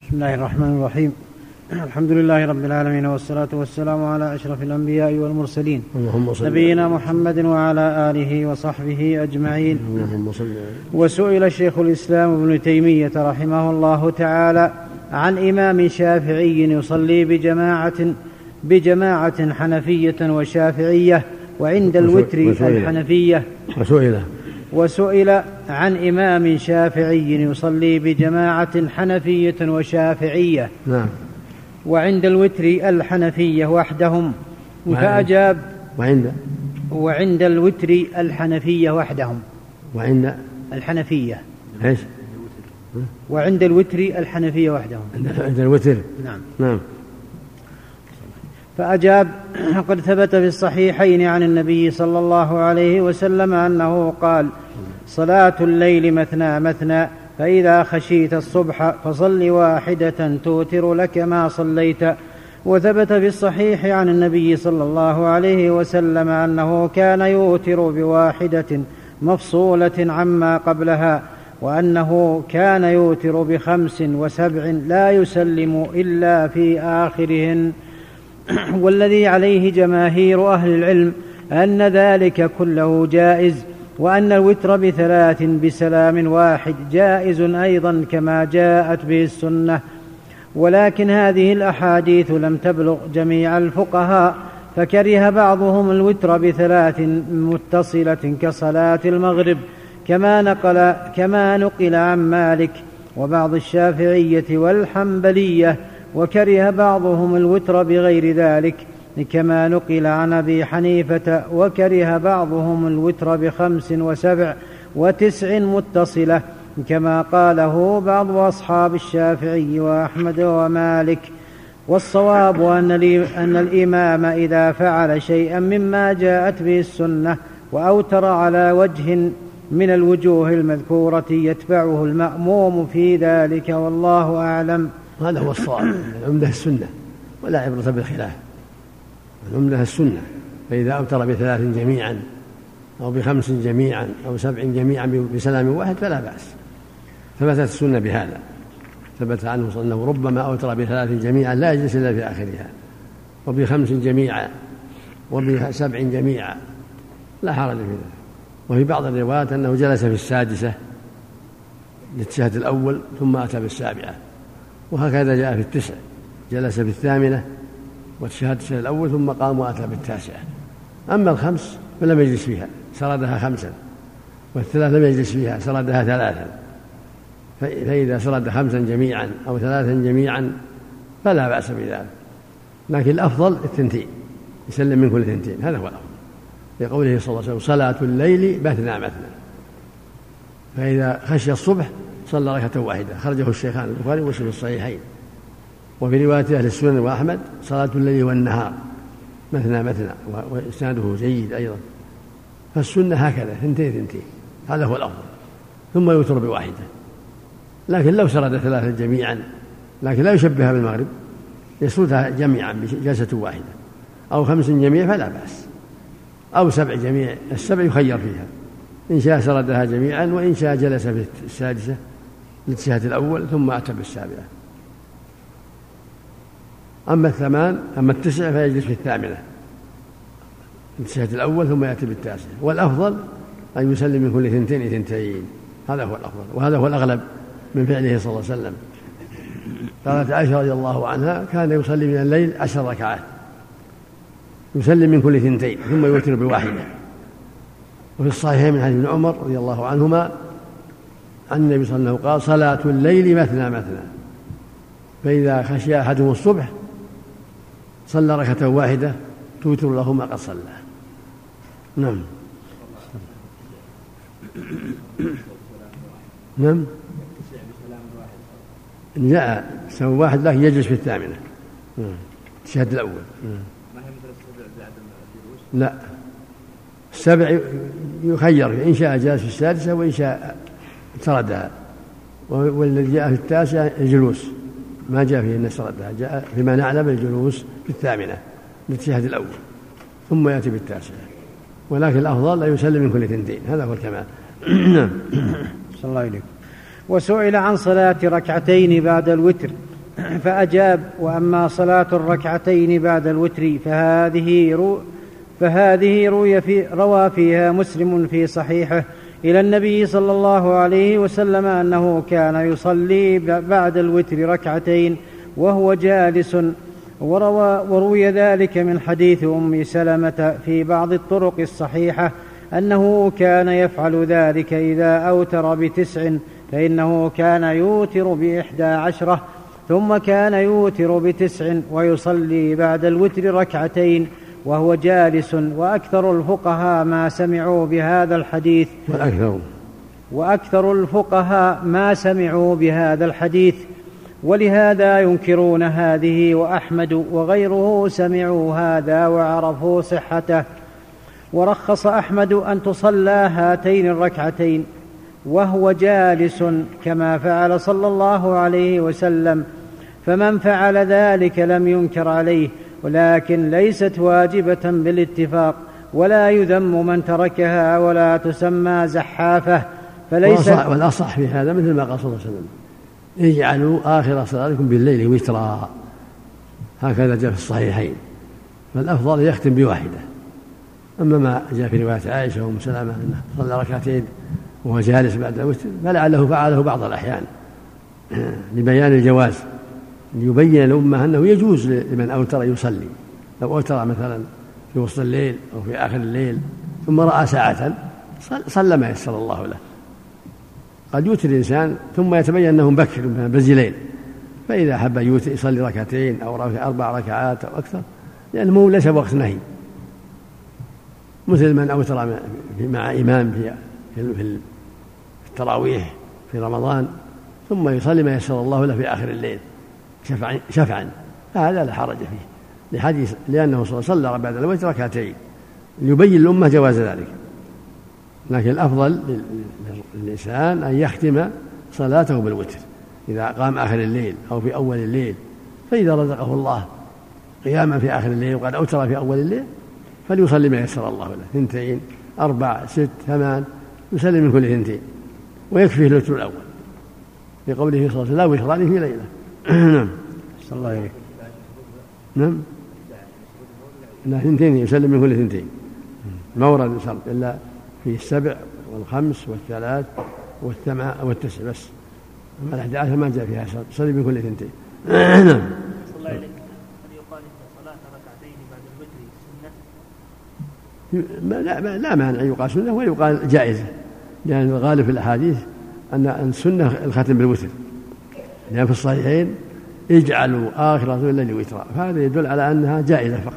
بسم الله الرحمن الرحيم. الحمد لله رب العالمين، والصلاة والسلام على أشرف الأنبياء والمرسلين نبينا محمد وعلى آله وصحبه أجمعين. وسئل شيخ الإسلام ابن تيمية رحمه الله تعالى عن إمام شافعي يصلي بجماعة حنفية وشافعية وعند الوتر الحنفية. وسئل عن إمام شافعي يصلي بجماعة حنفية وشافعية وعند الوتر الحنفية وحدهم، فأجاب وعند الوتر الحنفية وحدهم. وعند الحنفية وعند الوتر الحنفية وحدهم. عند الوتر. نعم. فأجاب: قد ثبت في الصحيحين عن النبي صلى الله عليه وسلم أنه قال: صلاة الليل مثنى مثنى، فإذا خشيت الصبح فصل واحدة توتر لك ما صليت. وثبت في الصحيح عن النبي صلى الله عليه وسلم أنه كان يوتر بواحدة مفصولة عما قبلها، وأنه كان يوتر ب5 و7 لا يسلم إلا في آخرهن. والذي عليه جماهير أهل العلم أن ذلك كله جائز، وأن الوتر ب3 بسلام واحد جائز أيضا كما جاءت به السنة. ولكن هذه الأحاديث لم تبلغ جميع الفقهاء، فكره بعضهم الوتر ب3 متصلة كصلاة المغرب كما نقل عن مالك وبعض الشافعية والحنبلية، وكره بعضهم الوتر بغير ذلك كما نقل عن أبي حنيفة، وكره بعضهم الوتر ب5 و7 و9 متصلة كما قاله بعض أصحاب الشافعي وأحمد ومالك. والصواب أن الإمام إذا فعل شيئا مما جاءت به السنة وأوتر على وجه من الوجوه المذكورة يتبعه المأموم في ذلك، والله أعلم. هذا هو الصواب. العمدة السنة ولا عبرة بالخلاف. العمدة السنة، فإذا أوتر ب3 جميعا أو ب5 جميعا أو 7 جميعا بسلام واحد فلا بأس. ثبتت السنة بهذا، ثبت عنه أنه ربما أوتر ب3 جميعا لا يجلس إلا في آخرها، وب5 جميعا وب7 جميعا لا حرج في ذلك. وفي بعض الروايات أنه جلس في السادسة للتشهد الأول ثم أتى بالسابعة، وهكذا جاء في 9 جلس في 8 وتشهد التشهد الأول ثم قام وأتى بال9. أما ال5 فلم يجلس فيها، سردها 5، وال3 لم يجلس فيها، سردها 3. فإذا سرد 5 جميعا أو 3 جميعا فلا بأس بذلك، لكن الأفضل 2 يسلم من كل 2. هذا هو الأفضل، لقوله صلى الله عليه وسلم: صلاة الليل مثنى مثنى، فإذا خشي الصبح صلى ركعة واحدة. خرجه الشيخان البخاري ومسلم في الصحيحين. وفي رواية أهل السنن وأحمد: صلاة الليل والنهار مثنى مثنى، وإسناده جيد أيضا. فالسنة هكذا 2 هذا هو الأفضل، ثم يوتر بواحدة. لكن لو سرد 3 جميعا، لكن لا يشبهها بالمغرب، يسردها جميعا بجلسة واحدة، أو 5 جميع فلا بأس، أو 7 جميع. ال7 يخير فيها، إن شاء سردها جميعا، وإن شاء جلس في السادسة للتشهد الأول ثم أتى بالسابعة. أما ال9 فيجلس في 8 للتشهد الأول ثم يأتي بال9. والأفضل أن يسلم من كل 2. هذا هو الأفضل، وهذا هو الأغلب من فعله صلى الله عليه وسلم. قالت عائشة رضي الله عنها: كان يصلي من الليل 10 ركعات، يسلم من كل 2 ثم يوتر بواحدة. وفي الصحيحين من حديث ابن عمر رضي الله عنهما عن النبي صلى الله عليه وسلم قال: صلاة الليل مثنى مثنى، فإذا خشي أحدهم الصبح صلى ركعة واحدة توتر له ما قد صلى. نعم. نعم. جاء سوى واحد لكن يجلس في 8 التشهد الأول. لا، 7 يخير، إن شاء جلس في السادسة وإن شاء سردها. والذي جاء في 9 الجلوس، ما جاء فيه أن سردها، جاء فيما نعلم الجلوس في 8 للتشهد الأول ثم يأتي بال9. ولكن الأفضل لا يسلم من كل 2. هذا هو الكمال. صلى الله عليه. وسئل عن صلاة 2 بعد الوتر فأجاب: وأما صلاة الركعتين بعد الوتر فهذه روى فيها مسلم في صحيحه إلى النبي صلى الله عليه وسلم أنه كان يصلي بعد الوتر ركعتين وهو جالس، وروي ذلك من حديث أم سلمة في بعض الطرق الصحيحة أنه كان يفعل ذلك إذا أوتر ب9، فإنه كان يوتر ب11 ثم كان يوتر ب9 ويصلي بعد الوتر ركعتين وهو جالس. وأكثر الفقهاء ما سمعوا بهذا الحديث ولهذا ينكرون هذه. وأحمد وغيره سمعوا هذا وعرفوا صحته. ورخص أحمد أن تصلى هاتين الركعتين وهو جالس كما فعل صلى الله عليه وسلم، فمن فعل ذلك لم ينكر عليه، ولكن ليست واجبة بالاتفاق، ولا يذم من تركها ولا تسمى زحافة. والأصح في هذا مثل ما قال صلى الله عليه وسلم: اجعلوا آخر صلاتكم بالليل وترا، هكذا جاء في الصحيحين، فالأفضل يختم بواحدة. أما ما جاء في رواية عائشة وأم سلمة أنه صلى ركعتين وهو جالس بعد الوتر فلعله فعله بعض الأحيان لبيان الجواز، ليبين الأمة أنه يجوز لمن أوتر يصلي. لو أوتر مثلا في وسط الليل أو في آخر الليل ثم رأى ساعة صلى ما يسر الله له. قد يوتر الإنسان ثم يتبين أنه مبكر بزليل، فإذا أحب يوتر يصلي ركعتين أو 4 ركعات أو أكثر، لأنه ليس وقت نهي، مثل من أوتر مع إمام في التراويح في رمضان ثم يصلي ما يسر الله له في آخر الليل شفعا، هذا لا حرج فيه لحديث، لأنه صلى بعد الوتر ركعتين ليبين الأمة جواز ذلك. لكن الأفضل للإنسان أن يختم صلاته بالوتر إذا قام آخر الليل أو في أول الليل، فإذا رزقه الله قياما في آخر الليل وقد أوتر في أول الليل فليصلي ما يسر الله له، 2 4 6 8 يسلم من كل 2، ويكفيه الوتر الأول لقوله صلى الله عليه وسلم: لا وتران في ليلة. نعم صلى الله عليه. نعم، لا 2 يسلم من كل 2، ما ورد شرط إلا في 7 و5 و3 و8 و9 بس، أما 11 ما جاء فيها شرط، يسلم من كل 2. نعم. لا مانع يقال سنة ويقال جائزة، لأن الغالب في الأحاديث أن السنة الختم بالوتر، لأن في الصحيحين اجعلوا آخر الليل وترا، فهذا يدل على أنها جائزة فقط.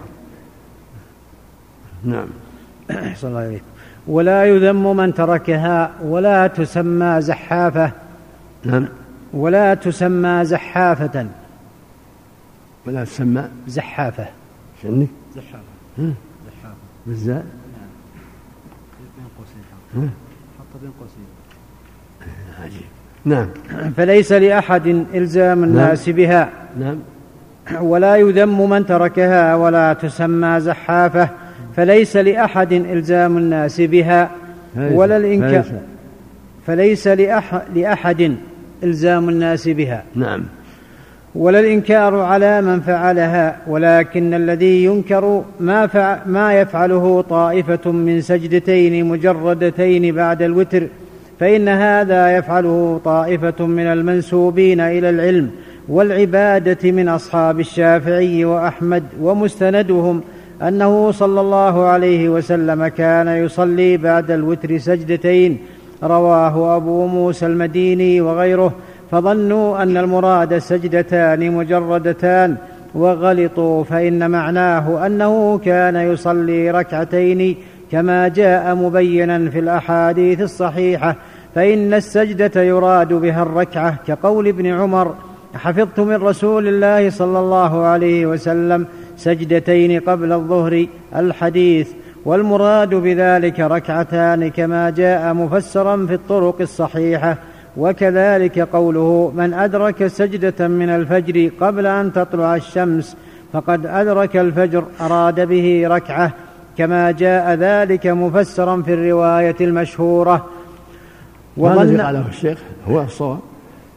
نعم. صلى الله عليه. ولا يذم من تركها ولا تسمى زحافة. نعم. ولا تسمى زحافة. ولا تسمى زحافة. شنك؟ زحافة. بالزاء. نعم. بين قوسين. حط بين قوسين. عجيب. نعم. فليس لأحد إلزام الناس بها. نعم. ولا يذم من تركها ولا تسمى زحافة، فليس لأحد إلزام الناس بها ولا الإنكار. فليس لأحد إلزام الناس بها. نعم. ولا الإنكار على من فعلها، ولكن الذي ينكر ما يفعله طائفة من سجدتين مجردتين بعد الوتر، فإن هذا يفعله طائفة من المنسوبين إلى العلم والعبادة من أصحاب الشافعي وأحمد، ومستندهم أنه صلى الله عليه وسلم كان يصلي بعد الوتر سجدتين، رواه أبو موسى المديني وغيره، فظنوا أن المراد سجدتان مجردتان وغلطوا، فإن معناه أنه كان يصلي ركعتين كما جاء مبينا في الأحاديث الصحيحة، فإن السجدة يراد بها الركعة، كقول ابن عمر: حفظت من رسول الله صلى الله عليه وسلم سجدتين قبل الظهر، الحديث. والمراد بذلك ركعتان كما جاء مفسرا في الطرق الصحيحة. وكذلك قوله: من أدرك سجدة من الفجر قبل أن تطلع الشمس فقد أدرك الفجر، أراد به ركعة، كما جاء ذلك مفسرا في الرواية المشهورة. وهذا الذي قاله الشيخ هو الصواب،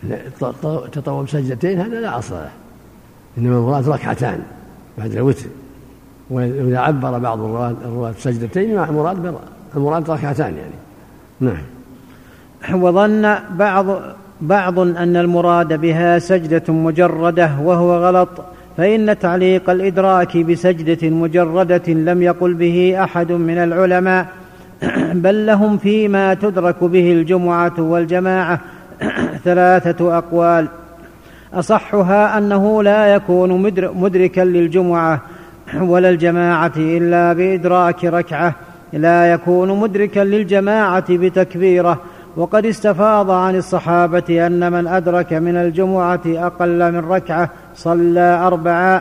تطوع بسجدتين هذا لا أصل له، إنما المراد ركعتان بعد الوتر. وإذا عبر بعض الرواة بسجدتين المراد ركعتان يعني. نعم. وظن بعض أن المراد بها سجدة مجردة وهو غلط، فإن تعليق الإدراك بسجدة مجردة لم يقل به أحد من العلماء، بل لهم فيما تدرك به الجمعة والجماعة 3 أقوال، أصحها أنه لا يكون مدركا للجمعة ولا الجماعة إلا بإدراك ركعة، لا يكون مدركا للجماعة بتكبيرة. وقد استفاض عن الصحابة أن من أدرك من الجمعة أقل من ركعة صلى 4.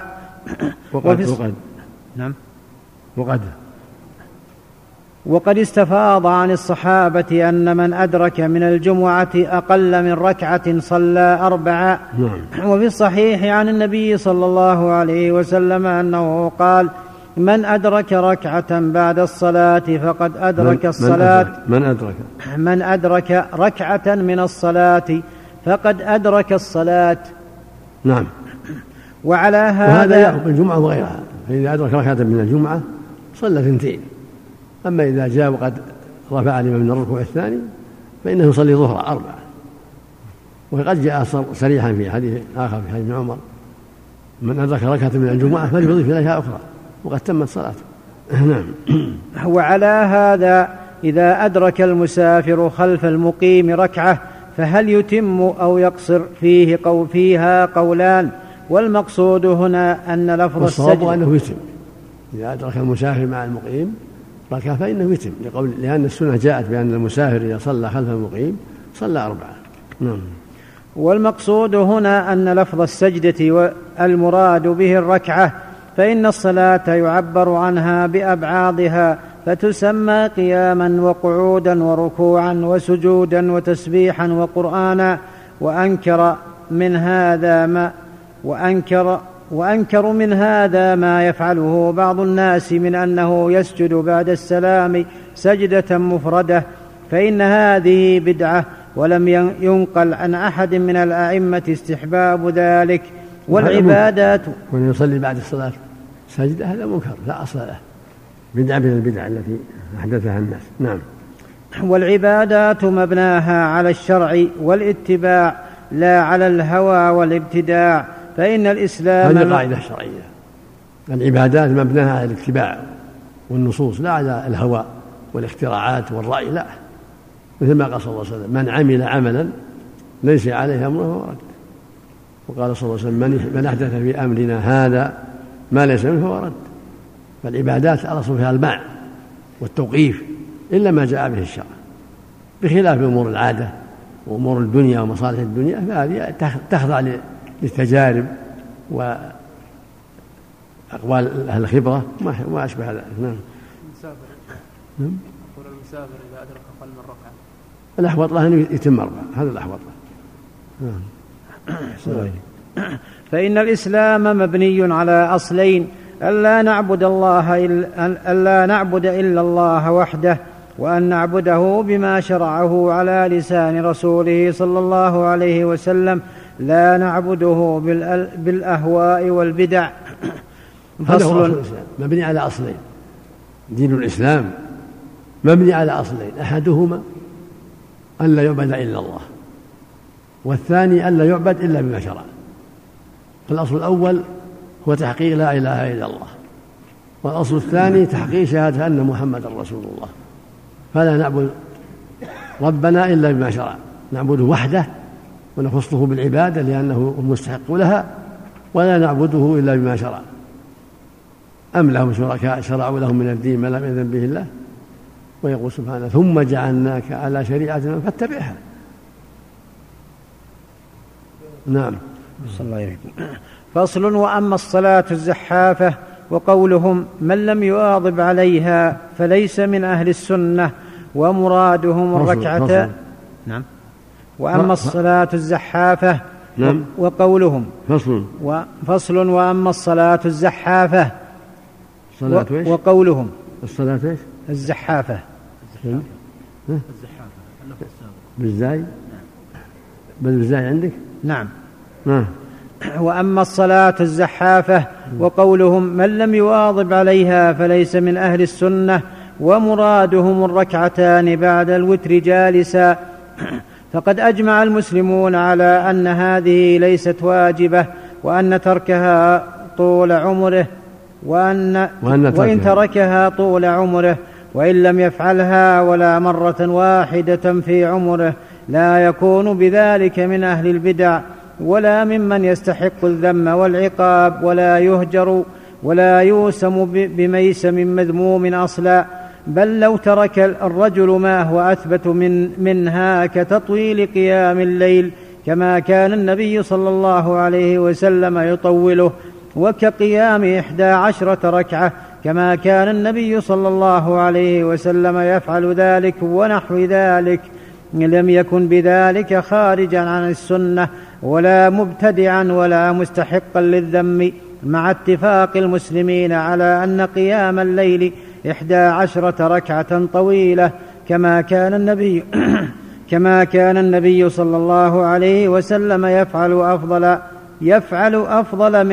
وقد استفاض عن الصحابة أن من أدرك من الجمعة أقل من ركعة صلى 4. وفي الصحيح عن النبي صلى الله عليه وسلم أنه قال: من أدرك ركعة بعد الصلاة فقد أدرك الصلاة. من أدرك ركعة من الصلاة فقد أدرك الصلاة. نعم. وعلى هذا يعقب الجمعة وغيرها، فإذا أدرك ركعة من الجمعة صلى 2. أما إذا جاء وقد رفع الإمام من الركوع الثاني فإنه يصلي ظهر 4. وقد جاء صريحا في حديث آخر في حديث عمر: من أدرك ركعة من الجمعة فليضيف إليها أخرى وقد تمت صلاته. نعم. وعلى هذا إذا أدرك المسافر خلف المقيم ركعة فهل يتم أو يقصر؟ فيها قولان، والمقصود هنا أن لفظ الصواب أنه يتم. إذا أدرك المسافر مع المقيم ركعة فإنه يتم، لأن السنة جاءت بأن المسافر إذا صلى خلف المقيم صلى 4. نعم. والمقصود هنا أن لفظ السجدة والمراد به الركعة، فإن الصلاة يعبر عنها بأبعاضها، فتسمى قياما وقعودا وركوعا وسجودا وتسبيحا وقرآنا. وأنكر من هذا ما يفعله بعض الناس من أنه يسجد بعد السلام سجدة مفردة، فإن هذه بدعة، ولم ينقل عن أحد من الأئمة استحباب ذلك. والعبادات يصلي بعد الصلاة سجدة هذا منكر لا أصل له، بدعة من البدع التي أحدثها الناس. نعم. والعبادات مبناها على الشرع والاتباع لا على الهوى والابتداع، فإن الإسلام هذه قاعدة شرعية، العبادات مبناها على الاتباع والنصوص لا على الهوى والاختراعات والرأي، لا، مثل ما قال صلى الله عليه وسلم: من عمل عملا ليس عليه أمره فهو رد. وقال صلى الله عليه وسلم: من أحدث في أمرنا هذا ما ليس منه فهو رد. فالعبادات الأصل فيها المنع والتوقيف إلا ما جاء به الشرع، بخلاف أمور العادة وأمور الدنيا ومصالح الدنيا، فهذه تخضع للتجارب وأقوال أهل الخبرة وما أشبه ذلك. نعم. المسافر إذا أدرك أقل من ركعة الأحوط له أن يتم 4، هذا الأحوط له. فإن الإسلام مبني على أصلين: ألا نعبد إلا الله وحده، وأن نعبده بما شرعه على لسان رسوله صلى الله عليه وسلم، لا نعبده بالأهواء والبدع. هذا هو الإسلام، مبني على أصلين. دين الإسلام مبني على أصلين: أحدهما أن لا يعبد إلا الله، والثاني أن لا يعبد إلا بما شرع. الأصل الأول هو تحقيق لا إله إلا الله، والأصل الثاني تحقيق شهادة أن محمد رسول الله. فلا نعبد ربنا إلا بما شرع، نعبده وحده ونخصه بالعبادة لأنه المستحق لها، ولا نعبده إلا بما شرع. أم لهم شركاء شرعوا لهم من الدين ما لم يأذن به الله، ويقول سبحانه: ثم جعلناك على شريعة فاتبعها. نعم. فصل. وأما الصلاة الزحافة وقولهم من لم يواظب عليها فليس من أهل السنة، ومرادهم الركعة. نعم. وأما الصلاة الزحافة وقولهم فصل. وأما الصلاة الزحافة وقولهم الصلاة ايش؟ الزحافة بالزاي بدل الزاي عندك؟ نعم. وأما الصلاة الزحافة وقولهم من لم يواظب عليها فليس من أهل السنة ومرادهم الركعتان بعد الوتر جالسا، فقد أجمع المسلمون على أن هذه ليست واجبة، وأن تركها طول عمره وإن تركها طول عمره، وإن لم يفعلها ولا مرة واحدة في عمره لا يكون بذلك من أهل البدع ولا ممن يستحق الذم والعقاب، ولا يهجر ولا يوسم بميسم مذموم أصلا، بل لو ترك الرجل ما هو أثبت منها كتطويل قيام الليل كما كان النبي صلى الله عليه وسلم يطوله، وكقيام 11 ركعة كما كان النبي صلى الله عليه وسلم يفعل ذلك ونحو ذلك، لم يكن بذلك خارجا عن السنة ولا مبتدعا ولا مستحقا للذم، مع اتفاق المسلمين على أن قيام الليل 11 ركعة طويلة كما كان النبي صلى الله عليه وسلم يفعل أفضل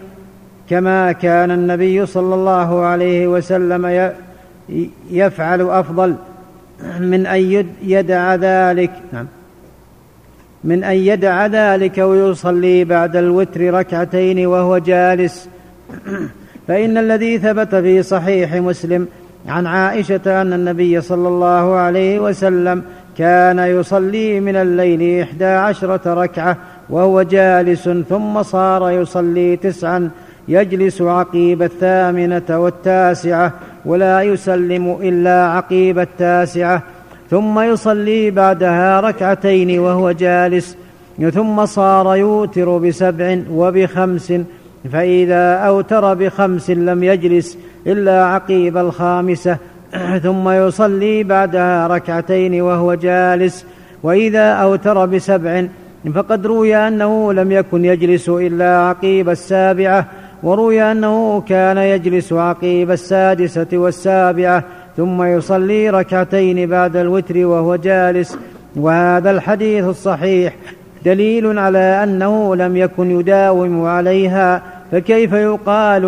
من أن يدع ذلك ويصلي بعد الوتر ركعتين وهو جالس. فإن الذي ثبت في صحيح مسلم عن عائشة أن النبي صلى الله عليه وسلم كان يصلي من الليل 11 ركعة وهو جالس، ثم صار يصلي 9 يجلس عقيب 8 و9 ولا يسلم إلا عقيب 9، ثم يصلي بعدها ركعتين وهو جالس، ثم صار يوتر 7 و5، فإذا أوتر 5 لم يجلس إلا عقيب 5، ثم يصلي بعدها ركعتين وهو جالس، وإذا أوتر 7 فقد روي أنه لم يكن يجلس إلا عقيب 7، وروي أنه كان يجلس عقيب 6 و7، ثم يصلي ركعتين بعد الوتر وهو جالس. وهذا الحديث الصحيح دليل على أنه لم يكن يداوم عليها، فكيف يقال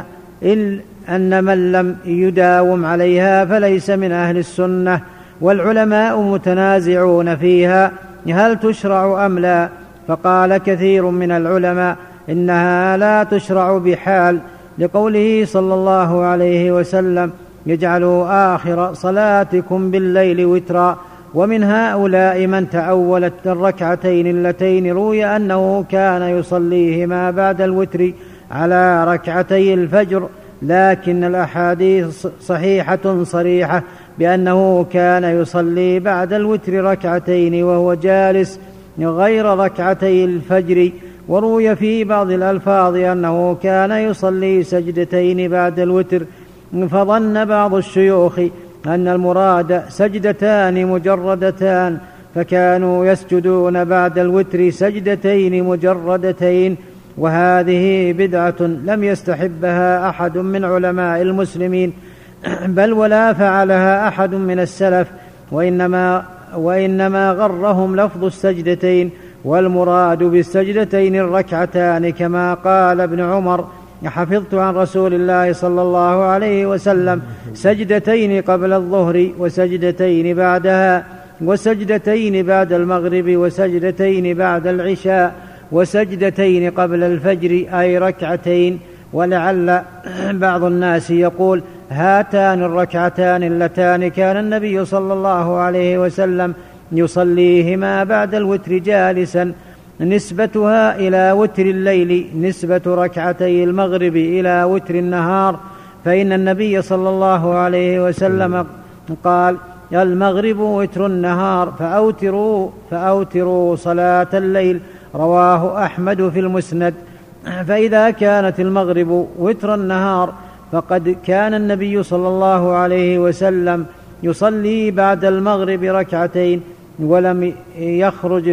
أن من لم يداوم عليها فليس من أهل السنة؟ والعلماء متنازعون فيها هل تشرع أم لا، فقال كثير من العلماء إنها لا تشرع بحال، لقوله صلى الله عليه وسلم يجعلوا آخر صلاتكم بالليل وترا. ومن هؤلاء من تأولت الركعتين اللتين روي أنه كان يصليهما بعد الوتر على ركعتي الفجر، لكن الأحاديث صحيحة صريحة بأنه كان يصلي بعد الوتر ركعتين وهو جالس غير ركعتي الفجر. وروي في بعض الألفاظ أنه كان يصلي سجدتين بعد الوتر، فظن بعض الشيوخ أن المراد سجدتان مجردتان، فكانوا يسجدون بعد الوتر سجدتين مجردتين، وهذه بدعة لم يستحبها أحد من علماء المسلمين، بل ولا فعلها أحد من السلف، وإنما غرهم لفظ السجدتين، والمراد بالسجدتين الركعتان، كما قال ابن عمر حفظت عن رسول الله صلى الله عليه وسلم سجدتين قبل الظهر وسجدتين بعدها، وسجدتين بعد المغرب وسجدتين بعد العشاء، وسجدتين قبل الفجر أي ركعتين. ولعل بعض الناس يقول هاتان الركعتان اللتان كان النبي صلى الله عليه وسلم يصليهما بعد الوتر جالسا نسبتها إلى وتر الليل نسبة ركعتي المغرب إلى وتر النهار، فإن النبي صلى الله عليه وسلم قال المغرب وتر النهار فأوتروا صلاة الليل، رواه أحمد في المسند. فإذا كانت المغرب وتر النهار فقد كان النبي صلى الله عليه وسلم يصلي بعد المغرب ركعتين، ولم يخرج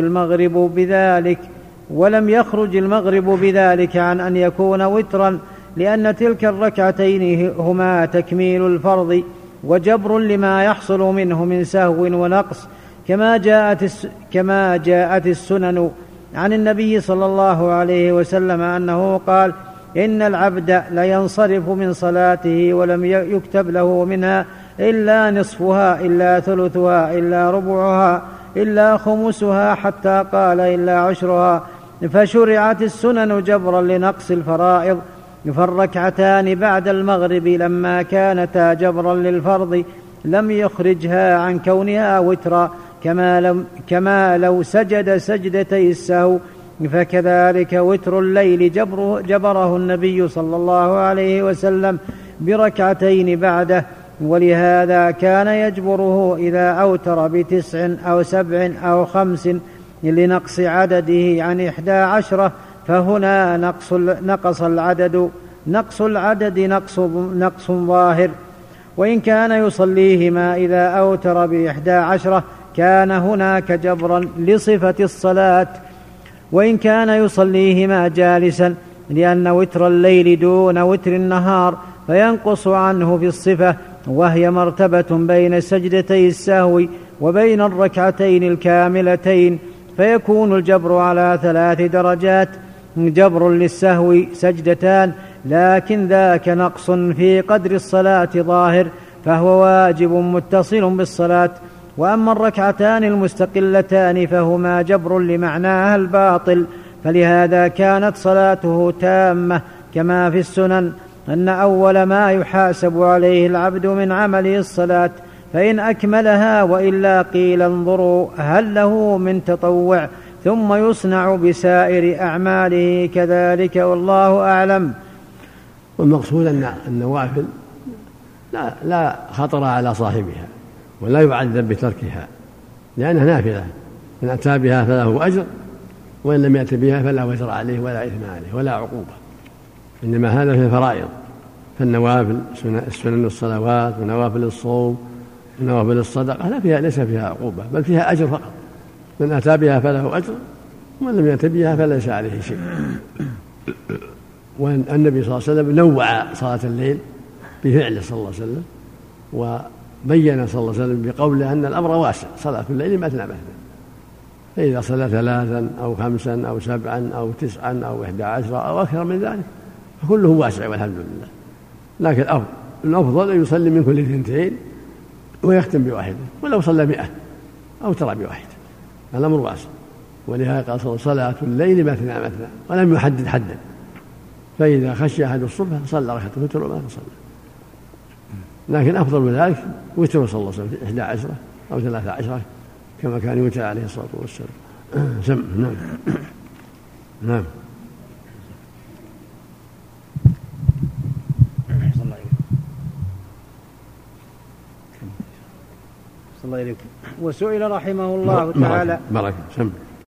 المغرب بذلك عن أن يكون وترا، لأن تلك الركعتين هما تكميل الفرض وجبر لما يحصل منه من سهو ونقص، كما جاءت السنن عن النبي صلى الله عليه وسلم أنه قال: إن العبد لينصرف من صلاته ولم يكتب له منها إلا نصفها إلا ثلثها إلا ربعها إلا خمسها، حتى قال إلا عشرها. فشرعت السنن جبرا لنقص الفرائض، فالركعتان بعد المغرب لما كانتا جبرا للفرض لم يخرجها عن كونها وترا، كما لو سجد سجدتي السهو، فكذلك وتر الليل جبره النبي صلى الله عليه وسلم بركعتين بعده، ولهذا كان يجبره إذا أوتر ب9 أو 7 أو 5 لنقص عدده عن 11، فهنا نقص العدد نقص ظاهر. وإن كان يصليهما إذا أوتر ب11 كان هناك جبرا لصفة الصلاة، وإن كان يصليهما جالسا لأن وتر الليل دون وتر النهار فينقص عنه في الصفة، وهي مرتبة بين سجدتي السهو وبين الركعتين الكاملتين، فيكون الجبر على 3 درجات: جبر للسهو 2 سجدتان، لكن ذاك نقص في قدر الصلاة ظاهر، فهو واجب متصل بالصلاة. وأما الركعتان المستقلتان فهما جبر لمعناها الباطل، فلهذا كانت صلاته تامة، كما في السنن أن أول ما يحاسب عليه العبد من عمله الصلاة، فإن أكملها وإلا قيل انظروا هل له من تطوع، ثم يصنع بسائر أعماله كذلك، والله أعلم. والمقصود أن النوافل لا خطر على صاحبها ولا يعذب بتركها، لأنها نافلة، من أتى بها فله أجر، وإن لم يأت بها فلا وزر عليه ولا إثم عليه ولا عقوبة، إنما هذا في الفرائض. فالنوافل السنن الصلوات ونوافل الصوم ونوافل الصدقة ليس فيها عقوبة، بل فيها أجر فقط، من أتى بها فله أجر، ومن لم يأت بها فليس عليه شيء. والنبي صلى الله عليه وسلم نوع صلاة الليل بفعله صلى الله عليه وسلم، وبين صلى الله عليه وسلم بقوله أن الأمر واسع، صلاة الليل مثنى مثنى، فإذا صلى 3 أو 5 أو 7 أو 9 أو 11 أو أكثر من ذلك فكله واسع والحمد لله. لكن الأفضل أن يصلي من كل 2 ويختم بواحدة، ولو صلى 100 أو ترى بواحد، الأمر واسع. ولهذا قال صلاة الليل مثنى مثنى، ولم يحدد حدا، فإذا خشي أحد الصبح صلى ركعة وتر وما صلى. لكن أفضل من ذلك وتر صلى الله عليه وسلم 11 أو 13 كما كان يوتر عليه الصلاة والسلام. نعم. نعم. صلى الله عليه وسلم. وسئل رحمه الله تعالى بركة.